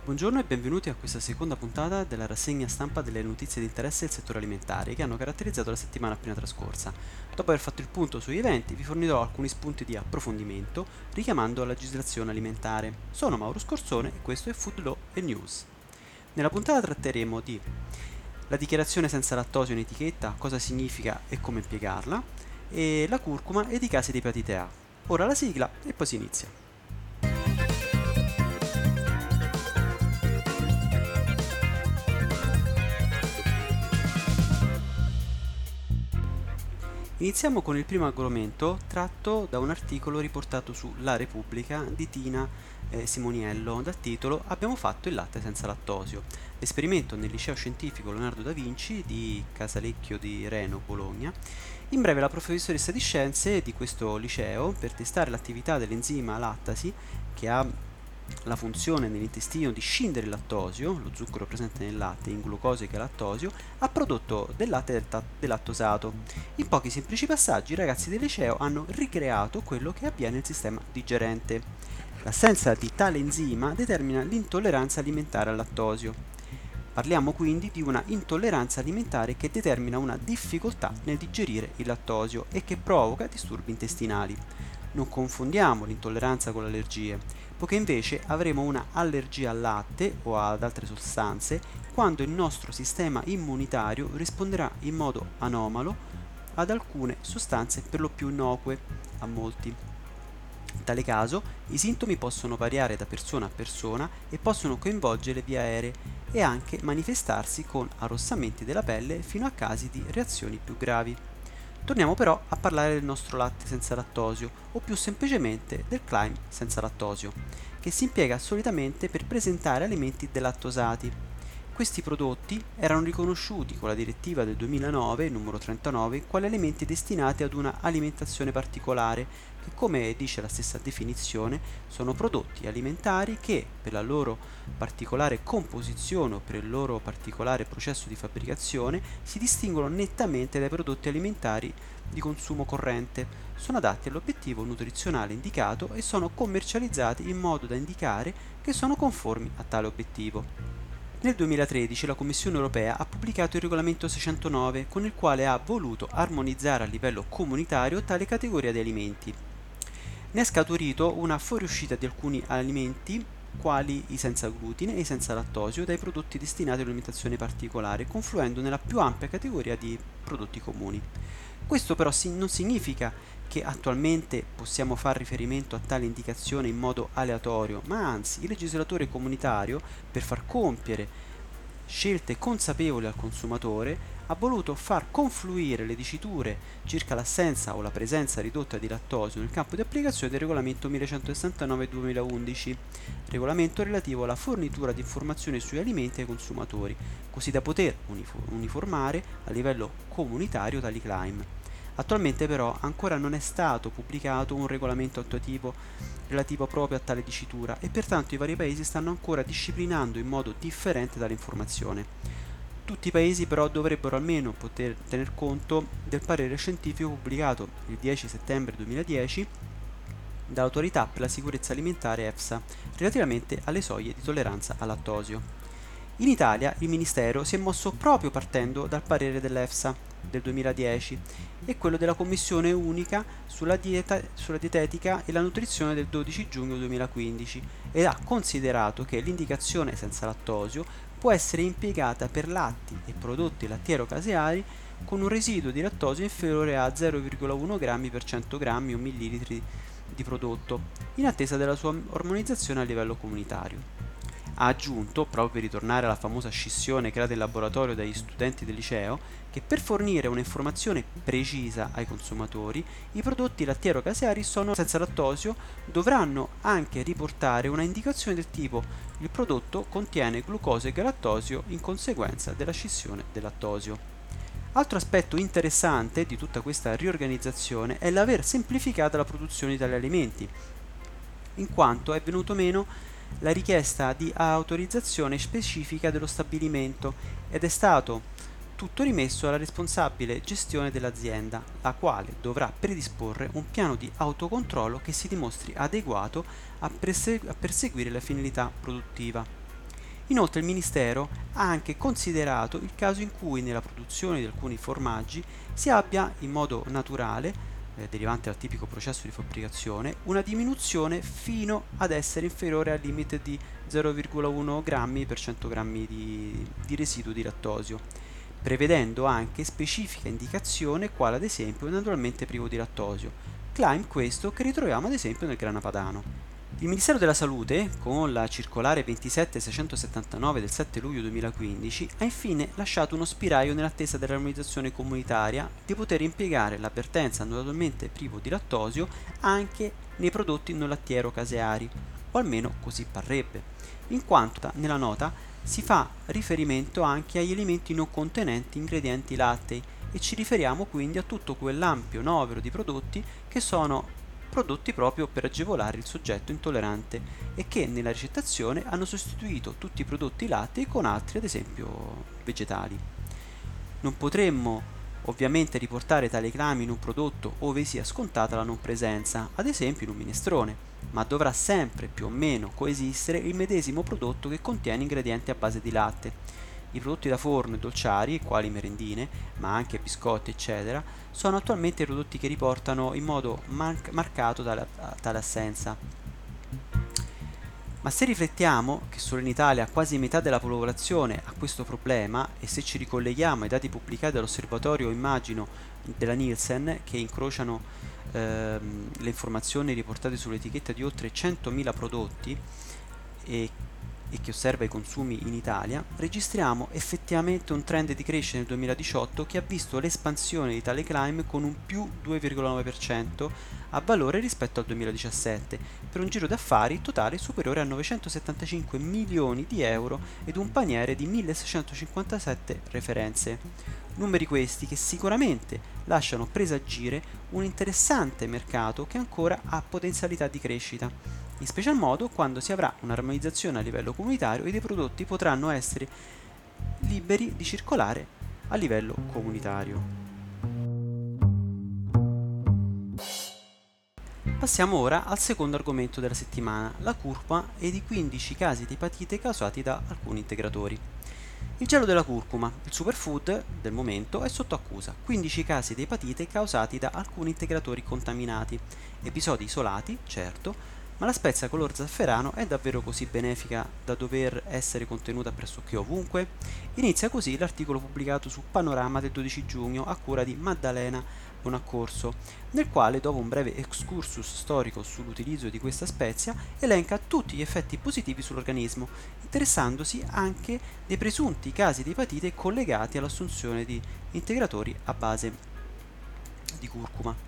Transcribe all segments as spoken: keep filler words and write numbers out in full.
Buongiorno e benvenuti a questa seconda puntata della rassegna stampa delle notizie di interesse del settore alimentare che hanno caratterizzato la settimana appena trascorsa. Dopo aver fatto il punto sugli eventi, vi fornirò alcuni spunti di approfondimento richiamando la legislazione alimentare. Sono Mauro Scorsone e questo è Food Law e News. Nella puntata tratteremo di la dichiarazione senza lattosio in etichetta, cosa significa e come impiegarla, e la curcuma ed i casi di epatite A. Ora la sigla e poi si inizia. Iniziamo con il primo argomento tratto da un articolo riportato su La Repubblica di Tina eh, Simoniello dal titolo Abbiamo fatto il latte senza lattosio. L'esperimento nel liceo scientifico Leonardo da Vinci di Casalecchio di Reno, Bologna. In breve la professoressa di scienze di questo liceo, per testare l'attività dell'enzima lattasi, che ha la funzione nell'intestino di scindere il lattosio, lo zucchero presente nel latte, in glucosio che è lattosio, ha prodotto del latte delattosato. In pochi semplici passaggi i ragazzi del liceo hanno ricreato quello che avviene nel sistema digerente. L'assenza di tale enzima determina l'intolleranza alimentare al lattosio. Parliamo quindi di una intolleranza alimentare che determina una difficoltà nel digerire il lattosio e che provoca disturbi intestinali. Non confondiamo l'intolleranza con le allergie, poiché invece avremo una allergia al latte o ad altre sostanze quando il nostro sistema immunitario risponderà in modo anomalo ad alcune sostanze per lo più innocue a molti. In tale caso, i sintomi possono variare da persona a persona e possono coinvolgere le vie aeree e anche manifestarsi con arrossamenti della pelle fino a casi di reazioni più gravi. Torniamo però a parlare del nostro latte senza lattosio, o più semplicemente del Clyme senza lattosio, che si impiega solitamente per presentare alimenti delattosati. Questi prodotti erano riconosciuti con la direttiva del duemilanove, numero trentanove, quali alimenti destinati ad una alimentazione particolare, che come dice la stessa definizione, sono prodotti alimentari che, per la loro particolare composizione o per il loro particolare processo di fabbricazione, si distinguono nettamente dai prodotti alimentari di consumo corrente, sono adatti all'obiettivo nutrizionale indicato e sono commercializzati in modo da indicare che sono conformi a tale obiettivo. Nel duemilatredici la Commissione europea ha pubblicato il regolamento seicentonove con il quale ha voluto armonizzare a livello comunitario tale categoria di alimenti. Ne è scaturito una fuoriuscita di alcuni alimenti quali i senza glutine e i senza lattosio dai prodotti destinati ad un'alimentazione particolare, confluendo nella più ampia categoria di prodotti comuni. Questo però non significa che attualmente possiamo fare riferimento a tale indicazione in modo aleatorio, ma anzi il legislatore comunitario, per far compiere scelte consapevoli al consumatore, ha voluto far confluire le diciture circa l'assenza o la presenza ridotta di lattosio nel campo di applicazione del regolamento millecentosessantanove duemilaundici, regolamento relativo alla fornitura di informazioni sugli alimenti ai consumatori, così da poter uniformare a livello comunitario tali claim. Attualmente però ancora non è stato pubblicato un regolamento attuativo relativo proprio a tale dicitura e pertanto i vari paesi stanno ancora disciplinando in modo differente tale informazione. Tutti i paesi però dovrebbero almeno poter tener conto del parere scientifico pubblicato il dieci settembre duemiladieci dall'Autorità per la sicurezza alimentare EFSA relativamente alle soglie di tolleranza al lattosio. In Italia il Ministero si è mosso proprio partendo dal parere dell'EFSA del duemiladieci e quello della Commissione Unica sulla, dieta, sulla dietetica e la nutrizione del dodici giugno duemilaquindici ed ha considerato che l'indicazione senza lattosio può essere impiegata per latti e prodotti lattiero-caseari con un residuo di lattosio inferiore a zero virgola uno grammi per cento grammi o millilitri di prodotto, in attesa della sua armonizzazione a livello comunitario. Ha aggiunto, proprio per ritornare alla famosa scissione creata in laboratorio dagli studenti del liceo, che per fornire un'informazione precisa ai consumatori, i prodotti lattiero-caseari sono senza lattosio dovranno anche riportare una indicazione del tipo il prodotto contiene glucosio e galattosio in conseguenza della scissione del lattosio. Altro aspetto interessante di tutta questa riorganizzazione è l'aver semplificato la produzione di tali alimenti, in quanto è venuto meno la richiesta di autorizzazione specifica dello stabilimento ed è stato tutto rimesso alla responsabile gestione dell'azienda, la quale dovrà predisporre un piano di autocontrollo che si dimostri adeguato a, perse- a perseguire la finalità produttiva. Inoltre il Ministero ha anche considerato il caso in cui nella produzione di alcuni formaggi si abbia in modo naturale, eh, derivante dal tipico processo di fabbricazione, una diminuzione fino ad essere inferiore al limite di zero virgola uno grammi per cento grammi di, di residuo di lattosio, prevedendo anche specifica indicazione quale ad esempio naturalmente privo di lattosio, claim questo che ritroviamo ad esempio nel grana padano. Il Ministero della Salute, con la circolare ventisette seicentosettantanove del sette luglio duemilaquindici, ha infine lasciato uno spiraglio nell'attesa dell'armonizzazione comunitaria di poter impiegare l'avvertenza naturalmente privo di lattosio anche nei prodotti non lattiero-caseari, o almeno così parrebbe, in quanto nella nota si fa riferimento anche agli alimenti non contenenti ingredienti lattei e ci riferiamo quindi a tutto quell'ampio novero di prodotti che sono prodotti proprio per agevolare il soggetto intollerante e che nella ricettazione hanno sostituito tutti i prodotti lattei con altri, ad esempio, vegetali. Non potremmo ovviamente riportare tale claim in un prodotto ove sia scontata la non presenza, ad esempio in un minestrone, ma dovrà sempre più o meno coesistere il medesimo prodotto che contiene ingredienti a base di latte. I prodotti da forno e dolciari, quali merendine, ma anche biscotti, eccetera, sono attualmente i prodotti che riportano in modo mar- marcato tale, tale assenza. Ma se riflettiamo che solo in Italia quasi metà della popolazione ha questo problema e se ci ricolleghiamo ai dati pubblicati dall'osservatorio immagino della Nielsen che incrociano ehm, le informazioni riportate sull'etichetta di oltre centomila prodotti e e che osserva i consumi in Italia, registriamo effettivamente un trend di crescita nel duemiladiciotto che ha visto l'espansione di tale claim con un più due virgola nove per cento a valore rispetto al duemiladiciassette, per un giro d'affari totale superiore a novecentosettantacinque milioni di euro ed un paniere di milleseicentocinquantasette referenze. Numeri questi che sicuramente lasciano presagire un interessante mercato che ancora ha potenzialità di crescita, in special modo quando si avrà un'armonizzazione a livello comunitario ed i prodotti potranno essere liberi di circolare a livello comunitario. Passiamo ora al secondo argomento della settimana, la curcuma ed i quindici casi di epatite causati da alcuni integratori. Il gelo della curcuma, il superfood del momento, è sotto accusa, quindici casi di epatite causati da alcuni integratori contaminati, episodi isolati, certo, ma la spezia color zafferano è davvero così benefica da dover essere contenuta pressoché ovunque? Inizia così l'articolo pubblicato su Panorama del dodici giugno a cura di Maddalena Bonaccorso, nel quale, dopo un breve excursus storico sull'utilizzo di questa spezia, elenca tutti gli effetti positivi sull'organismo, interessandosi anche dei presunti casi di epatite collegati all'assunzione di integratori a base di curcuma.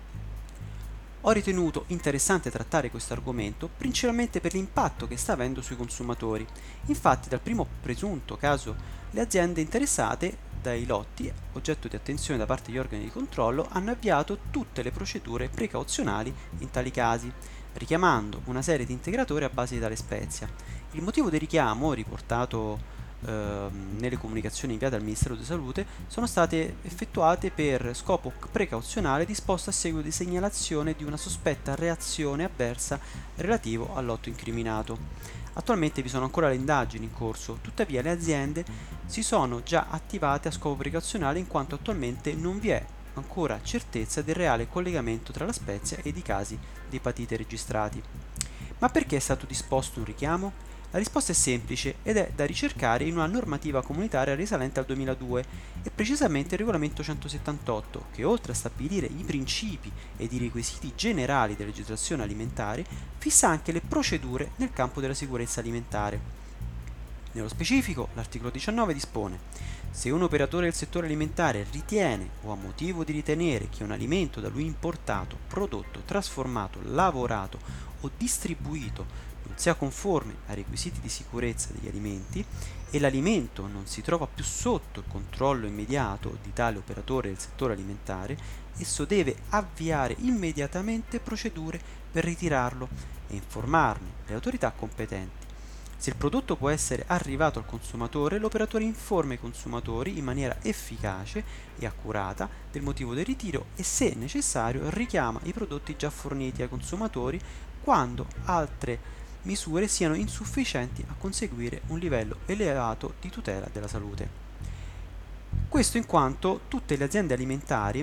Ho ritenuto interessante trattare questo argomento principalmente per l'impatto che sta avendo sui consumatori. Infatti, dal primo presunto caso, le aziende interessate dai lotti, oggetto di attenzione da parte degli organi di controllo, hanno avviato tutte le procedure precauzionali in tali casi, richiamando una serie di integratori a base di tale spezia. Il motivo del richiamo, riportato nelle comunicazioni inviate al Ministero della Salute, sono state effettuate per scopo precauzionale disposto a seguito di segnalazione di una sospetta reazione avversa relativo al lotto incriminato. Attualmente vi sono ancora le indagini in corso, tuttavia le aziende si sono già attivate a scopo precauzionale in quanto attualmente non vi è ancora certezza del reale collegamento tra la spezia ed i casi di epatite registrati. Ma perché è stato disposto un richiamo? La risposta è semplice ed è da ricercare in una normativa comunitaria risalente al duemiladue e precisamente il regolamento centosettantotto, che oltre a stabilire i principi ed i requisiti generali della legislazione alimentare, fissa anche le procedure nel campo della sicurezza alimentare. Nello specifico, l'articolo diciannove dispone: se un operatore del settore alimentare ritiene o ha motivo di ritenere che un alimento da lui importato, prodotto, trasformato, lavorato o distribuito non sia conforme ai requisiti di sicurezza degli alimenti e l'alimento non si trova più sotto il controllo immediato di tale operatore del settore alimentare, esso deve avviare immediatamente procedure per ritirarlo e informarne le autorità competenti. Se il prodotto può essere arrivato al consumatore, l'operatore informa i consumatori in maniera efficace e accurata del motivo del ritiro e, se necessario, richiama i prodotti già forniti ai consumatori quando altre misure siano insufficienti a conseguire un livello elevato di tutela della salute. Questo in quanto tutte le aziende alimentari,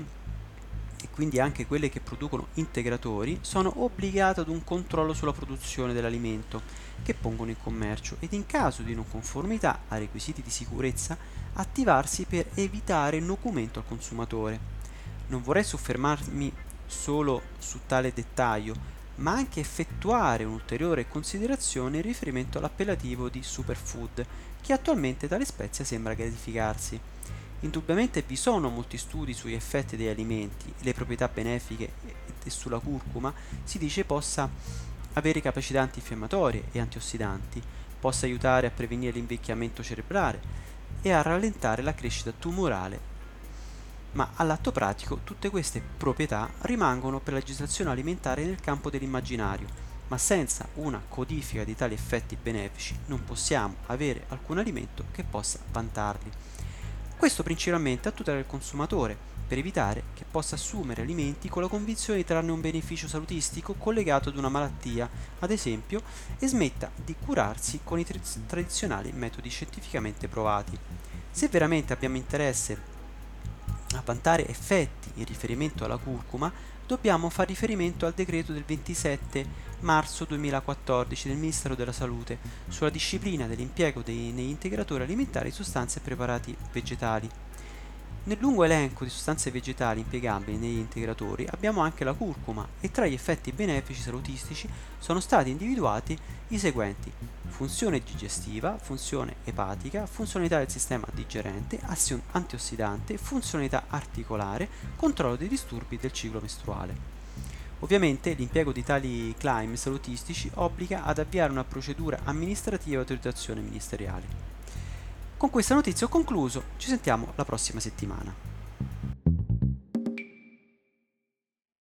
e quindi anche quelle che producono integratori, sono obbligate ad un controllo sulla produzione dell'alimento che pongono in commercio ed in caso di non conformità ai requisiti di sicurezza attivarsi per evitare il nocumento al consumatore. Non vorrei soffermarmi solo su tale dettaglio, ma anche effettuare un'ulteriore considerazione in riferimento all'appellativo di superfood, che attualmente tale spezia sembra gratificarsi. Indubbiamente vi sono molti studi sugli effetti degli alimenti e le proprietà benefiche e sulla curcuma si dice possa avere capacità antinfiammatorie e antiossidanti, possa aiutare a prevenire l'invecchiamento cerebrale e a rallentare la crescita tumorale, ma all'atto pratico tutte queste proprietà rimangono per la legislazione alimentare nel campo dell'immaginario, ma senza una codifica di tali effetti benefici non possiamo avere alcun alimento che possa vantarli. Questo principalmente a tutela del consumatore, per evitare che possa assumere alimenti con la convinzione di trarne un beneficio salutistico collegato ad una malattia, ad esempio, e smetta di curarsi con i tradizionali metodi scientificamente provati. Se veramente abbiamo interesse a vantare effetti in riferimento alla curcuma, dobbiamo fare riferimento al decreto del ventisette marzo duemilaquattordici del Ministero della Salute sulla disciplina dell'impiego dei, negli integratori alimentari di sostanze e preparati vegetali. Nel lungo elenco di sostanze vegetali impiegabili negli integratori abbiamo anche la curcuma e tra gli effetti benefici salutistici sono stati individuati i seguenti: funzione digestiva, funzione epatica, funzionalità del sistema digerente, azione antiossidante, funzionalità articolare, controllo dei disturbi del ciclo mestruale. Ovviamente l'impiego di tali claim salutistici obbliga ad avviare una procedura amministrativa di autorizzazione ministeriale. Con questa notizia ho concluso, ci sentiamo la prossima settimana.